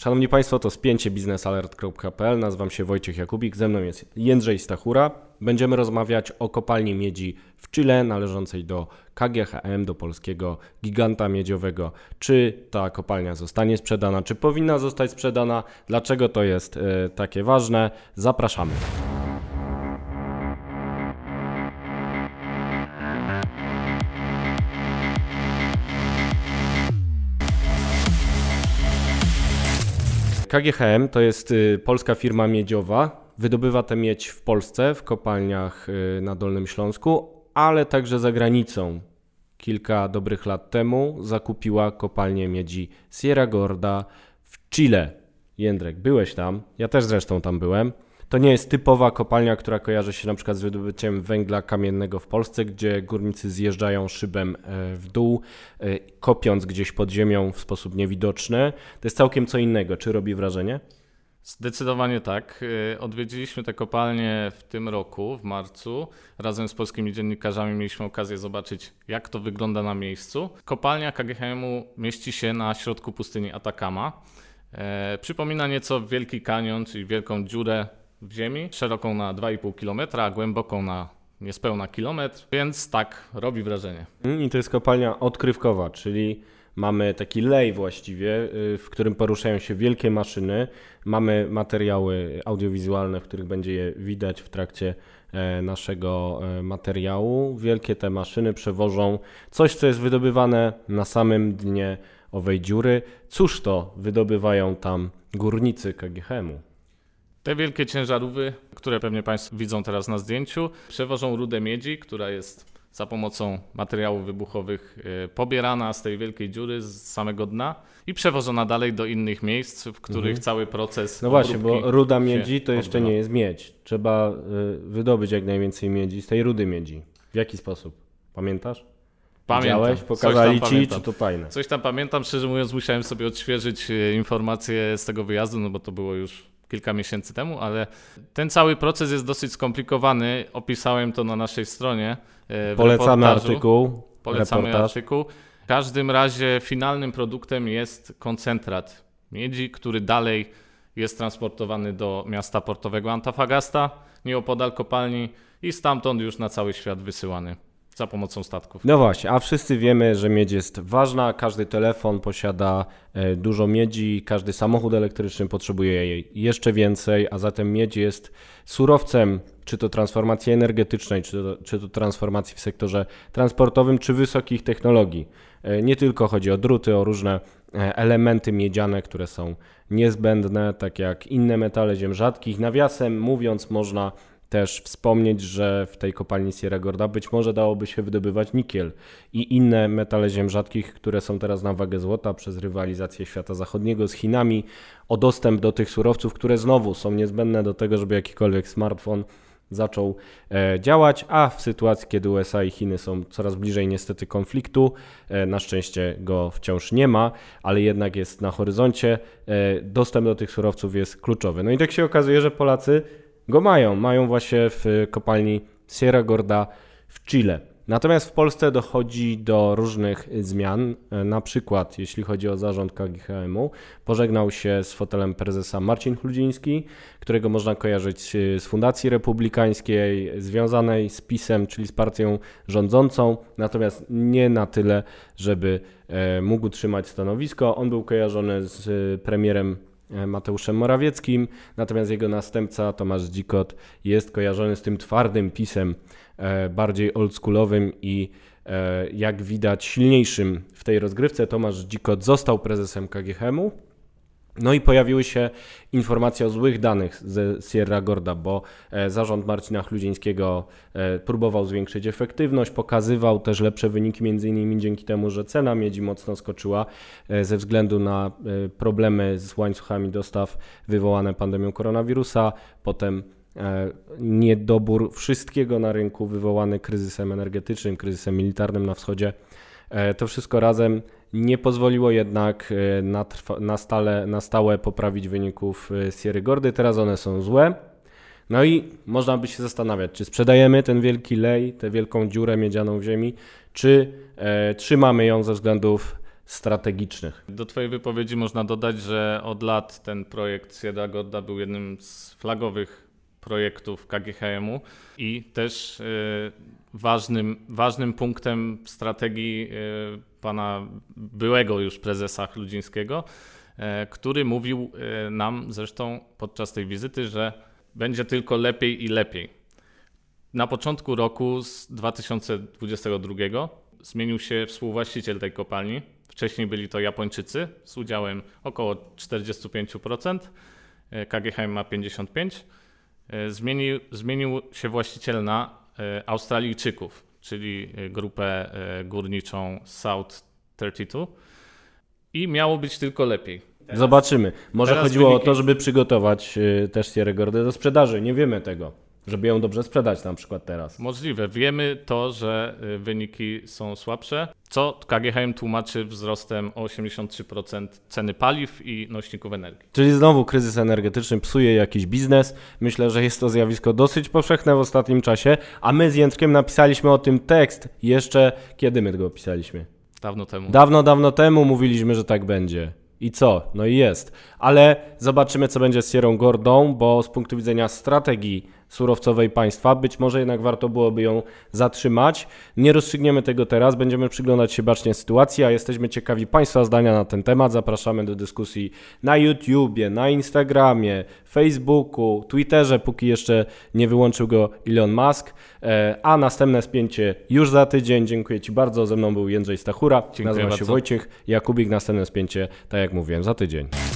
Szanowni Państwo, to spięcie biznesalert.pl. Nazywam się Wojciech Jakubik, ze mną jest Jędrzej Stachura. Będziemy rozmawiać o kopalni miedzi w Chile należącej do KGHM, do polskiego giganta miedziowego. Czy ta kopalnia zostanie sprzedana, czy powinna zostać sprzedana? Dlaczego to jest takie ważne? Zapraszamy. KGHM to jest polska firma miedziowa, wydobywa tę miedź w Polsce, w kopalniach na Dolnym Śląsku, ale także za granicą. Kilka dobrych lat temu zakupiła kopalnię miedzi Sierra Gorda w Chile. Jędrek, byłeś tam, ja też zresztą tam byłem. To nie jest typowa kopalnia, która kojarzy się na przykład z wydobyciem węgla kamiennego w Polsce, gdzie górnicy zjeżdżają szybem w dół, kopiąc gdzieś pod ziemią w sposób niewidoczny. To jest całkiem co innego. Czy robi wrażenie? Zdecydowanie tak. Odwiedziliśmy tę kopalnię w tym roku, w marcu. Razem z polskimi dziennikarzami mieliśmy okazję zobaczyć, jak to wygląda na miejscu. Kopalnia KGHM-u mieści się na środku pustyni Atacama. Przypomina nieco Wielki Kanion, czyli wielką dziurę w ziemi, szeroką na 2,5 km, a głęboką na niespełna kilometr, więc tak, robi wrażenie. I to jest kopalnia odkrywkowa, czyli mamy taki lej właściwie, w którym poruszają się wielkie maszyny. Mamy materiały audiowizualne, w których będzie je widać w trakcie naszego materiału. Wielkie te maszyny przewożą coś, co jest wydobywane na samym dnie owej dziury. Cóż to wydobywają tam górnicy KGHM-u? Te wielkie ciężarówki, które pewnie Państwo widzą teraz na zdjęciu, przewożą rudę miedzi, która jest za pomocą materiałów wybuchowych pobierana z tej wielkiej dziury, z samego dna i przewożona dalej do innych miejsc, w których cały proces. No właśnie, bo ruda miedzi to jeszcze nie jest miedź. Trzeba wydobyć jak najwięcej miedzi z tej rudy miedzi. W jaki sposób? Pamiętasz? Pamiętam. Pokazali ci, czy to fajne? Coś tam pamiętam, szczerze mówiąc musiałem sobie odświeżyć informacje z tego wyjazdu, no bo to było już kilka miesięcy temu, ale ten cały proces jest dosyć skomplikowany. Opisałem to na naszej stronie. Polecamy artykuł. Polecamy artykuł. W każdym razie finalnym produktem jest koncentrat miedzi, który dalej jest transportowany do miasta portowego Antofagasta, nieopodal kopalni i stamtąd już na cały świat wysyłany za pomocą statków. No właśnie, a wszyscy wiemy, że miedź jest ważna, każdy telefon posiada dużo miedzi, każdy samochód elektryczny potrzebuje jej jeszcze więcej, a zatem miedź jest surowcem, czy to transformacji energetycznej, czy to transformacji w sektorze transportowym, czy wysokich technologii. Nie tylko chodzi o druty, o różne elementy miedziane, które są niezbędne, tak jak inne metale ziem rzadkich. Nawiasem mówiąc, można też wspomnieć, że w tej kopalni Sierra Gorda być może dałoby się wydobywać nikiel i inne metale ziem rzadkich, które są teraz na wagę złota przez rywalizację świata zachodniego z Chinami, o dostęp do tych surowców, które znowu są niezbędne do tego, żeby jakikolwiek smartfon zaczął działać, a w sytuacji, kiedy USA i Chiny są coraz bliżej niestety konfliktu, na szczęście go wciąż nie ma, ale jednak jest na horyzoncie, dostęp do tych surowców jest kluczowy. No i tak się okazuje, że Polacy go mają właśnie w kopalni Sierra Gorda w Chile. Natomiast w Polsce dochodzi do różnych zmian, na przykład jeśli chodzi o zarząd KGHM-u, pożegnał się z fotelem prezesa Marcin Chludziński, którego można kojarzyć z Fundacji Republikańskiej, związanej z PiS-em, czyli z partią rządzącą, natomiast nie na tyle, żeby mógł trzymać stanowisko. On był kojarzony z premierem Mateuszem Morawieckim, natomiast jego następca Tomasz Dzikot jest kojarzony z tym twardym PiS-em, bardziej oldschoolowym i jak widać silniejszym w tej rozgrywce. Tomasz Dzikot został prezesem KGHM-u. No i pojawiły się informacje o złych danych ze Sierra Gorda, bo zarząd Marcina Chludzińskiego próbował zwiększyć efektywność, pokazywał też lepsze wyniki m.in. dzięki temu, że cena miedzi mocno skoczyła ze względu na problemy z łańcuchami dostaw wywołane pandemią koronawirusa, potem niedobór wszystkiego na rynku wywołany kryzysem energetycznym, kryzysem militarnym na wschodzie. To wszystko razem nie pozwoliło jednak na stałe poprawić wyników Sierry Gordy. Teraz one są złe. No i można by się zastanawiać, czy sprzedajemy ten wielki lej, tę wielką dziurę miedzianą w ziemi, czy trzymamy ją ze względów strategicznych. Do Twojej wypowiedzi można dodać, że od lat ten projekt Sierra Gorda był jednym z flagowych projektów KGHM-u i też ważnym punktem strategii pana byłego już prezesa Chludzińskiego, który mówił nam zresztą podczas tej wizyty, że będzie tylko lepiej i lepiej. Na początku roku z 2022 zmienił się współwłaściciel tej kopalni. Wcześniej byli to Japończycy z udziałem około 45%, KGHM ma 55%. Zmienił się właściciel na Australijczyków, czyli grupę górniczą South 32 i miało być tylko lepiej. Zobaczymy. Może chodziło o to, żeby przygotować też Sierrę Gordę do sprzedaży. Nie wiemy tego. Żeby ją dobrze sprzedać na przykład teraz. Możliwe. Wiemy to, że wyniki są słabsze, co KGHM tłumaczy wzrostem o 83% ceny paliw i nośników energii. Czyli znowu kryzys energetyczny psuje jakiś biznes. Myślę, że jest to zjawisko dosyć powszechne w ostatnim czasie, a my z Jędrkiem napisaliśmy o tym tekst jeszcze, kiedy my go pisaliśmy? Dawno temu. Dawno temu mówiliśmy, że tak będzie. I co? No i jest. Ale zobaczymy, co będzie z Sierrą Gordą, bo z punktu widzenia strategii surowcowej państwa być może jednak warto byłoby ją zatrzymać. Nie rozstrzygniemy tego teraz, będziemy przyglądać się bacznie sytuacji, a jesteśmy ciekawi Państwa zdania na ten temat. Zapraszamy do dyskusji na YouTubie, na Instagramie, Facebooku, Twitterze, póki jeszcze nie wyłączył go Elon Musk, a następne spięcie już za tydzień. Dziękuję Ci bardzo. Ze mną był Jędrzej Stachura, nazywam się Wojciech Jakubik. Następne spięcie, tak jak mówiłem, za tydzień.